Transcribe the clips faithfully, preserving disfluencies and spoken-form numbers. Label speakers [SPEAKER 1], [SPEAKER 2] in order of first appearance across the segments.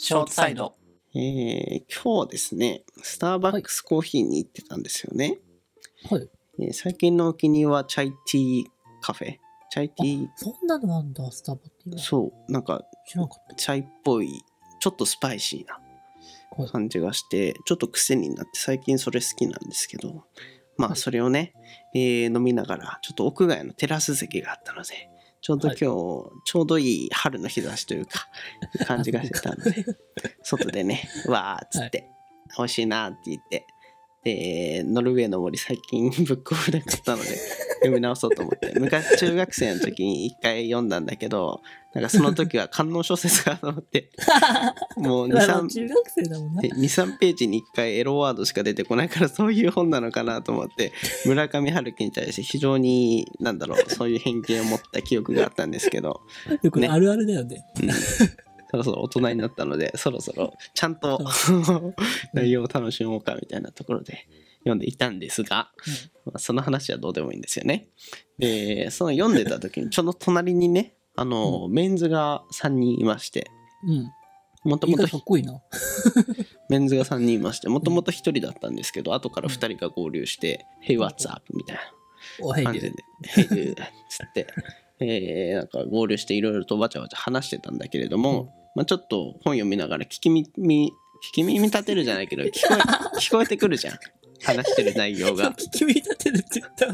[SPEAKER 1] ショートサイド。
[SPEAKER 2] えー、今日はですね、スターバックスコーヒーに行ってたんですよね。
[SPEAKER 1] はい。
[SPEAKER 2] えー最近のお気に入りはチャイティーカフェ。チャイティー、
[SPEAKER 1] そんなのあんだ、スタバっていうのは。
[SPEAKER 2] そう、なんか
[SPEAKER 1] 知らなかっ
[SPEAKER 2] チャイっぽい、ちょっとスパイシーな
[SPEAKER 1] はい
[SPEAKER 2] 感じがして、ちょっと癖になって最近それ好きなんですけど、まあそれをね、えー飲みながら、ちょっと屋外のテラス席があったので、ちょうど今日、ちょうどいい春の日差しというか、感じがしてたんで、外でね、わーっつって、美味しいなって言って、で、ノルウェーの森最近ブックオフで買ったので、読み直そうと思って、昔中学生の時に一回読んだんだけど、なんかその時は観音小説かと思って、もうに、
[SPEAKER 1] まあ
[SPEAKER 2] さん
[SPEAKER 1] 中学生だもんな。
[SPEAKER 2] に、さんページにいっかいエロワードしか出てこないからそういう本なのかなと思って村上春樹に対して非常になんだろうそういう偏見を持った記憶があったんですけど、
[SPEAKER 1] でこれあるあるだよね。
[SPEAKER 2] うん、そろそろ大人になったのでそろそろちゃんと内容を楽しもうかみたいなところで読んでいたんですが、まあ、その話はどうでもいいんですよね。でその読んでた時にちょうど隣にねあの、うん、メンズがさんにんいまして、
[SPEAKER 1] うん
[SPEAKER 2] もともと
[SPEAKER 1] かっこいいな
[SPEAKER 2] メンズがさんにんいましてもともとひとりだったんですけど後からふたりが合流して「Hey what's up?」みたいな感じで「Hey dude」つって、えー、なんか合流していろいろとわちゃわちゃ話してたんだけれども、うんまあ、ちょっと本読みながら聞き耳聞き耳立てるじゃないけど聞こえ聞こえてくるじゃん話してる内容が
[SPEAKER 1] 聞き耳立てるって言った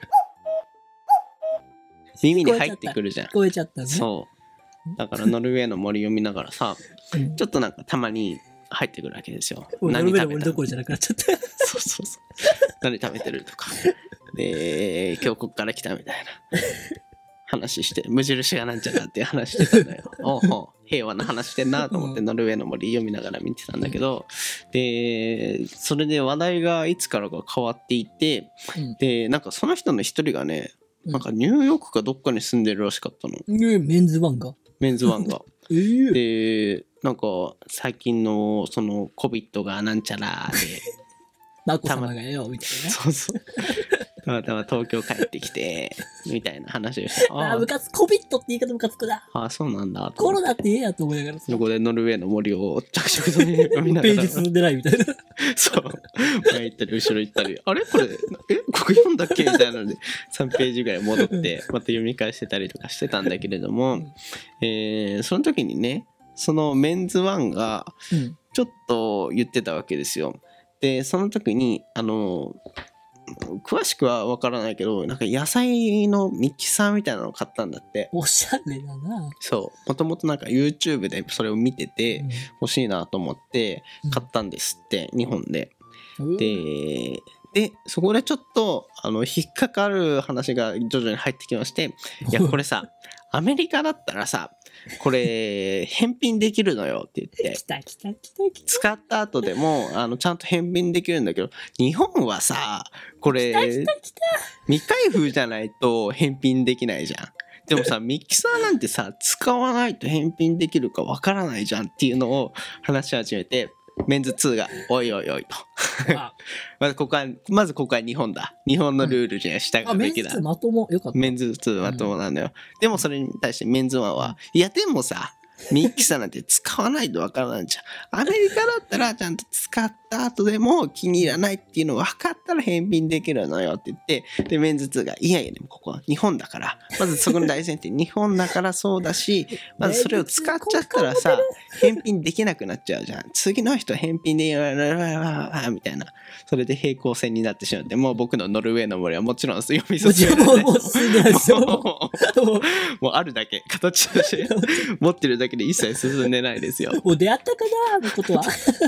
[SPEAKER 2] 耳に入ってくるじゃん
[SPEAKER 1] 聞こえちゃったね
[SPEAKER 2] そうだからノルウェーの森読みながらさ、うん、ちょっとなんかたまに入ってくるわけですよ。
[SPEAKER 1] 何食べたのどころじゃなくなっちゃった
[SPEAKER 2] そうそうそう何食べてるとかで今日こっから来たみたいな話して無印がなんちゃらっていう話してたんだよおうほう平和な話してんなと思ってノルウェーの森読みながら見てたんだけど、でそれで話題がいつからか変わっていて、うん、でなんかその人の一人がねなんかニューヨークかどっかに住んでるらしかったの、
[SPEAKER 1] うん、メンズワンが
[SPEAKER 2] メンズワンが
[SPEAKER 1] えー、
[SPEAKER 2] でなんか最近のそのコビットがなんちゃらで
[SPEAKER 1] マコ様がよみたいな
[SPEAKER 2] そうそうたまたま東京帰ってきてみたいな話をして
[SPEAKER 1] ああムカつコビットって言い方ムカつくな
[SPEAKER 2] ああそうなんだ
[SPEAKER 1] コロナってええやと思いながら
[SPEAKER 2] そこでノルウェーの森を着々と読みながら
[SPEAKER 1] ページ進んでないみたいな
[SPEAKER 2] そう前行ったり後ろ行ったりあれこれえここ読んだっけみたいなのでさんページぐらい戻ってまた読み返してたりとかしてたんだけれども、うんえー、その時にねそのメンズワンがちょっと言ってたわけですよ。でその時にあの詳しくは分からないけどなんか野菜のミキサーみたいなのを買ったんだって。
[SPEAKER 1] おしゃれだな。
[SPEAKER 2] そうもともとなんか YouTube でそれを見てて欲しいなと思って買ったんですって、うん、日本で、うん、ででそこでちょっとあの引っかかる話が徐々に入ってきましていやこれさアメリカだったらさこれ返品できるのよって言って
[SPEAKER 1] 来た来た来た来た
[SPEAKER 2] 使った後でもあのちゃんと返品できるんだけど日本はさこれ未開封じゃないと返品できないじゃん。でもさミキサーなんてさ使わないと返品できるかわからないじゃんっていうのを話し始めてメンズツーがおいおいおいとまずここはまずここは日本だ日本のルールには従うべきだ、
[SPEAKER 1] うん、メンズツーまともよかった
[SPEAKER 2] メンズツーまともなんだよ、うん、でもそれに対してメンズワンはいやでもさミキサーなんて使わないとわからないじゃんアメリカだったらちゃんと使った後でも気に入らないっていうの分かったら返品できるのよって言ってでメンズツーがいやいやでもここは日本だからまずそこの大前提日本だからそうだしまずそれを使っちゃったらさ返品できなくなっちゃうじゃん次の人返品でいいみたいなそれで平行線になってしまってもう僕のノルウェーの森はもちろん読み進められないもう進んでないですよもうあるだけ形として持ってるだけで一切進んでないですよ
[SPEAKER 1] もう出会ったかなのことは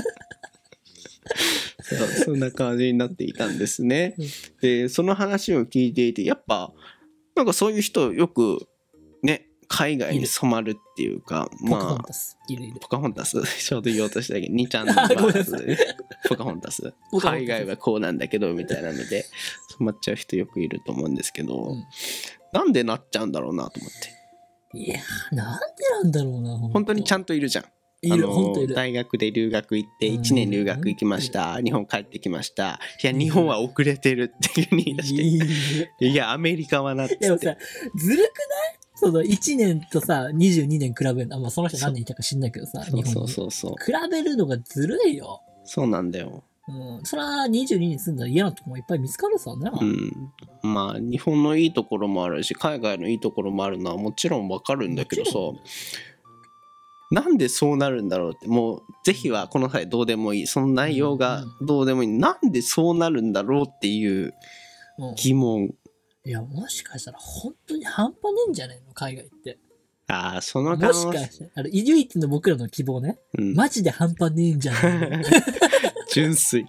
[SPEAKER 2] そうそんな感じになっていたんですね。でその話を聞いていてやっぱなんかそういう人よくね海外に染まるっていうかまあポカホンタスいるいるポカホンタスちょうど言おうとしたけどにちゃんのバースでポカホンタス海外はこうなんだけどみたいなので染まっちゃう人よくいると思うんですけど、うん、なんでなっちゃうんだろうなと思って
[SPEAKER 1] いやなんでなんだろうな
[SPEAKER 2] 本当にちゃんといるじゃんあの大学で留学行っていちねん留学行きました日本帰ってきましたいや日本は遅れてるっていう風に言い出していやアメリカはなって
[SPEAKER 1] でもさずるくないそのいちねんとさ、にじゅうにねん比べるの。まあその人何年いたか知んないけどさ、
[SPEAKER 2] そうそう
[SPEAKER 1] 日本に。
[SPEAKER 2] そうそう。
[SPEAKER 1] 比べるのがずるいよ。
[SPEAKER 2] そうなんだよ。
[SPEAKER 1] うん。それはにじゅうにねん住んだら嫌なとこもいっぱい見つかるさね。
[SPEAKER 2] うん。まあ日本のいいところもあるし、海外のいいところもあるのはもちろんわかるんだけどさ、なんでそうなるんだろうって、もうぜひはこの際どうでもいい、その内容がどうでもいい、なんでそうなるんだろうっていう
[SPEAKER 1] うん。
[SPEAKER 2] 疑問。
[SPEAKER 1] いや、もしかしたら本当に半端ねえんじゃねえの海外って。
[SPEAKER 2] ああ、その可
[SPEAKER 1] もし
[SPEAKER 2] 能性。
[SPEAKER 1] かして、あの、唯一の僕らの希望ね。
[SPEAKER 2] うん、
[SPEAKER 1] マジで半端ねえんじゃねえの。
[SPEAKER 2] 純粋。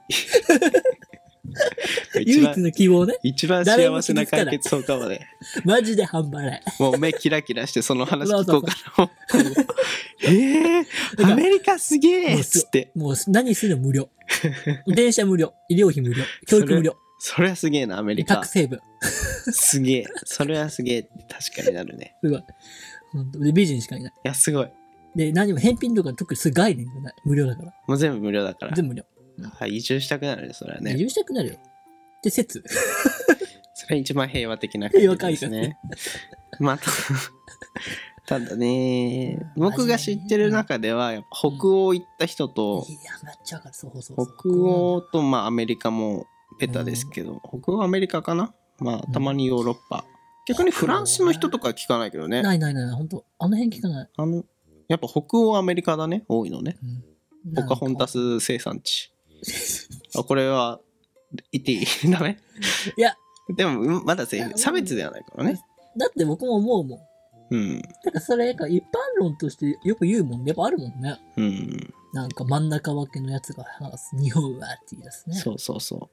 [SPEAKER 2] 一
[SPEAKER 1] 唯一
[SPEAKER 2] 番
[SPEAKER 1] の希望ね。
[SPEAKER 2] 一番幸せな解決法かもね。
[SPEAKER 1] マジで半端ない。
[SPEAKER 2] もう目キラキラしてその話聞こうかな。えー、アメリカすげえっつって。
[SPEAKER 1] もう何するの無料。電車無料。医療費無料。教育無料。
[SPEAKER 2] それはすげえな、アメリカ
[SPEAKER 1] タク。成分。
[SPEAKER 2] すげえ。それはすげえって確かになるね。
[SPEAKER 1] すごい。本当で、美人しかいない。
[SPEAKER 2] いや、すごい。
[SPEAKER 1] で、何も返品とか特にそういう概念がない。無料だから。
[SPEAKER 2] もう全部無料だから。
[SPEAKER 1] 全部無料。
[SPEAKER 2] あ、移住したくなるね、それはね。
[SPEAKER 1] 移住したくなるよ。で、説。
[SPEAKER 2] それ一番平和的な感じですね。まあ、ただね、僕が知ってる中では、やっぱ北欧行った人と、
[SPEAKER 1] いや、めっちゃわかる。そうそうそう。
[SPEAKER 2] 北欧とまあアメリカもベタですけど、北欧アメリカかな、まあたまにヨーロッパ。逆にフランスの人とかは聞かないけどね。
[SPEAKER 1] ないないない、本当あの辺聞かない。
[SPEAKER 2] あの、やっぱ北欧アメリカだね、多いのね。
[SPEAKER 1] うん、
[SPEAKER 2] ポカホンタス生産地。あ、これは言っていい？ダメ？
[SPEAKER 1] いや、
[SPEAKER 2] でもまだせ差別ではないからね。
[SPEAKER 1] だって僕も思うもん。
[SPEAKER 2] うん。
[SPEAKER 1] だからそれが一般論としてよく言うもん。やっぱあるもんね。
[SPEAKER 2] うん。
[SPEAKER 1] なんか真ん中分けのやつが話す日本はって言い出すね。
[SPEAKER 2] そうそうそう。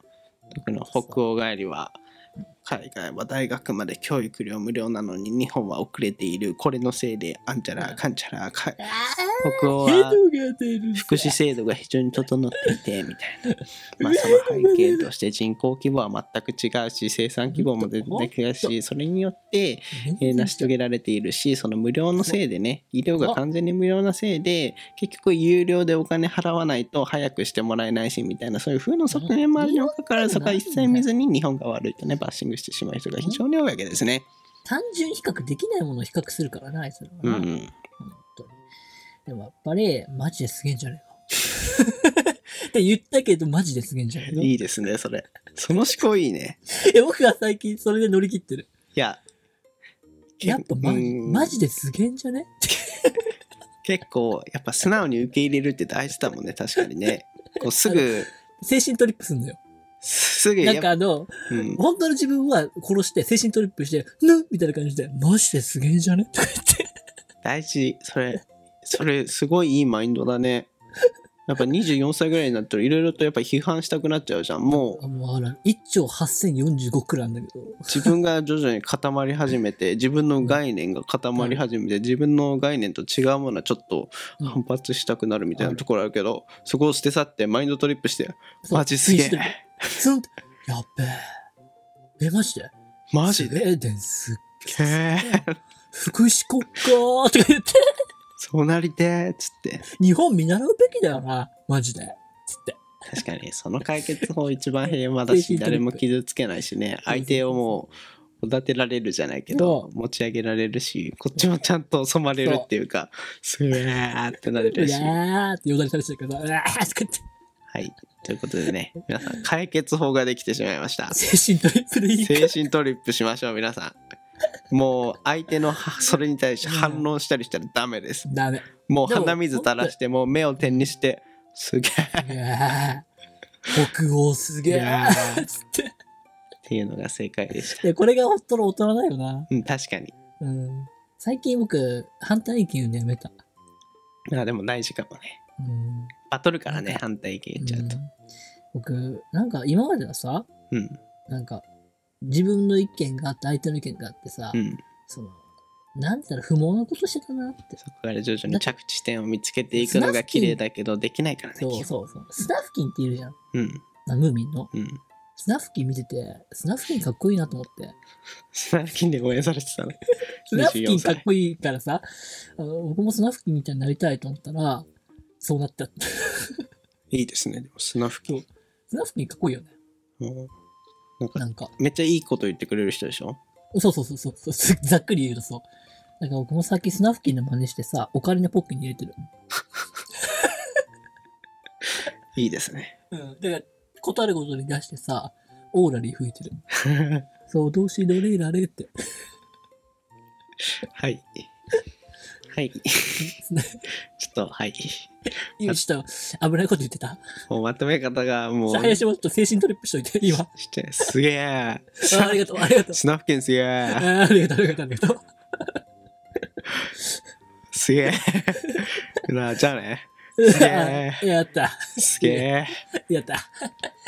[SPEAKER 2] 特に北欧帰りは、海外は大学まで教育料無料なのに日本は遅れている。これのせいであんちゃらかんちゃらか。北欧は福祉制度が非常に整っていてみたいな。まあその背景として人口規模は全く違うし、生産規模も全然違うし、それによって、えー、成し遂げられているし、その無料のせいでね、医療が完全に無料なせいで、結局有料でお金払わないと早くしてもらえないしみたいな、そういう風の側面もあるにもかかわらず、そこは一切見ずに日本が悪いとね、バッシングしてしまう人が非常に多いわけですね。
[SPEAKER 1] 単純比較できないものを比較するからな、あいつらはな。
[SPEAKER 2] うん、
[SPEAKER 1] 本当に。でもやっぱり、マジですげえんじゃねえのって言ったけど、マジですげえんじゃねえの。
[SPEAKER 2] いいですね、それ。その思考いいね。
[SPEAKER 1] え、僕は最近それで乗り切ってる。
[SPEAKER 2] いや、
[SPEAKER 1] やっぱマジ、マジですげえんじゃね
[SPEAKER 2] 結構、やっぱ素直に受け入れるって大事だもんね、確かにね。こうすぐ、
[SPEAKER 1] 精神トリップすんのよ。
[SPEAKER 2] すぐ
[SPEAKER 1] なんかあの、
[SPEAKER 2] うん、
[SPEAKER 1] 本当の自分は殺して精神トリップして、ぬみたいな感じで、マジですげえんじゃねとか言って。
[SPEAKER 2] 大事、それ、それ、すごいいいマインドだね。やっぱにじゅうよんさいぐらいになったらいろいろとやっぱ批判したくなっちゃうじゃん。もう、
[SPEAKER 1] もうあら、いっちょうはっせんよんじゅうごくらいなんだけど。
[SPEAKER 2] 自分が徐々に固まり始めて、自分の概念が固まり始めて、自分の概念と違うものはちょっと反発したくなるみたいなところあるけど、そこを捨て去ってマインドトリップして、マジすげえ。
[SPEAKER 1] スンって、やっべえ。え、マジで
[SPEAKER 2] マジで
[SPEAKER 1] スウェーデンすっ
[SPEAKER 2] げえ。
[SPEAKER 1] 福祉国家とか言って。
[SPEAKER 2] そうなりてーっつって。
[SPEAKER 1] 日本見習うべきだよな、マジで。つって。
[SPEAKER 2] 確かに、その解決法一番平和だし、誰も傷つけないしね、相手をもう、おだてられるじゃないけど、持ち上げられるし、こっちもちゃんと染まれるっていうか、すげーってなれるし。
[SPEAKER 1] うわーってよだれされてるけど、うわーとか言って。
[SPEAKER 2] はい。ということでね、皆さん、解決法ができてしまいました。
[SPEAKER 1] 精神トリップでいいか。
[SPEAKER 2] 精神トリップしましょう、皆さん。もう、相手のそれに対して反論したりしたらダメです。
[SPEAKER 1] ダメ。
[SPEAKER 2] もう鼻水垂らして、もう目を点にして、すげ
[SPEAKER 1] え。いや北欧すげえ。つって。
[SPEAKER 2] っていうのが正解でした。
[SPEAKER 1] いや、これが本当の大人だよな。
[SPEAKER 2] うん、確かに。
[SPEAKER 1] うん。最近僕、反対意見言うのやめた。
[SPEAKER 2] あ、でも大事かもね。
[SPEAKER 1] うん。
[SPEAKER 2] バトルからね、反対意見言っちゃうと。うん、
[SPEAKER 1] 僕、なんか今まではさ、
[SPEAKER 2] うん。
[SPEAKER 1] なんか、自分の意見があって相手の意見があってさ、
[SPEAKER 2] うん、
[SPEAKER 1] その、なんて言ったら不毛なことしてたなって。
[SPEAKER 2] そこから徐々に着地点を見つけていくのが綺麗だけど、できないからね。
[SPEAKER 1] そうそうそう。スナフキンっているじゃん。
[SPEAKER 2] うん。
[SPEAKER 1] ムーミンの。
[SPEAKER 2] うん。
[SPEAKER 1] スナフキン見てて、スナフキンかっこいいなと思って。
[SPEAKER 2] スナフキンで応援されてたね。
[SPEAKER 1] スナフキンかっこいいからさ、あの僕もスナフキンみたいになりたいと思ったら、そうなっちゃった。
[SPEAKER 2] いいですね、でもスナフキン。
[SPEAKER 1] スナフキンかっこいいよね。
[SPEAKER 2] うんなんか、
[SPEAKER 1] なんか
[SPEAKER 2] めっちゃいいこと言ってくれる人でしょ？
[SPEAKER 1] そうそうそうそう。ざっくり言うとそう。 だから僕もさっきスナフキンの真似してさ、オカリナポッケに入れてる。
[SPEAKER 2] いいですね。
[SPEAKER 1] うん。だから、ことあることに出してさ、オーラリー吹いてる。そう、どうしどれられって。
[SPEAKER 2] はい。はい。ちょっと、はい。
[SPEAKER 1] 今ちょっと危ないこと言ってた。
[SPEAKER 2] もうまとめ方がもう。
[SPEAKER 1] 林もちょっと精神トリップしといて、今。
[SPEAKER 2] して、すげえ。
[SPEAKER 1] あありがとう、ありがとう。
[SPEAKER 2] スナフキンすげえ。
[SPEAKER 1] あありがとう、ありがとう、ありがとう。
[SPEAKER 2] すげえ。なあ、じゃあね。すげえ。
[SPEAKER 1] やった。
[SPEAKER 2] すげえ。
[SPEAKER 1] やった。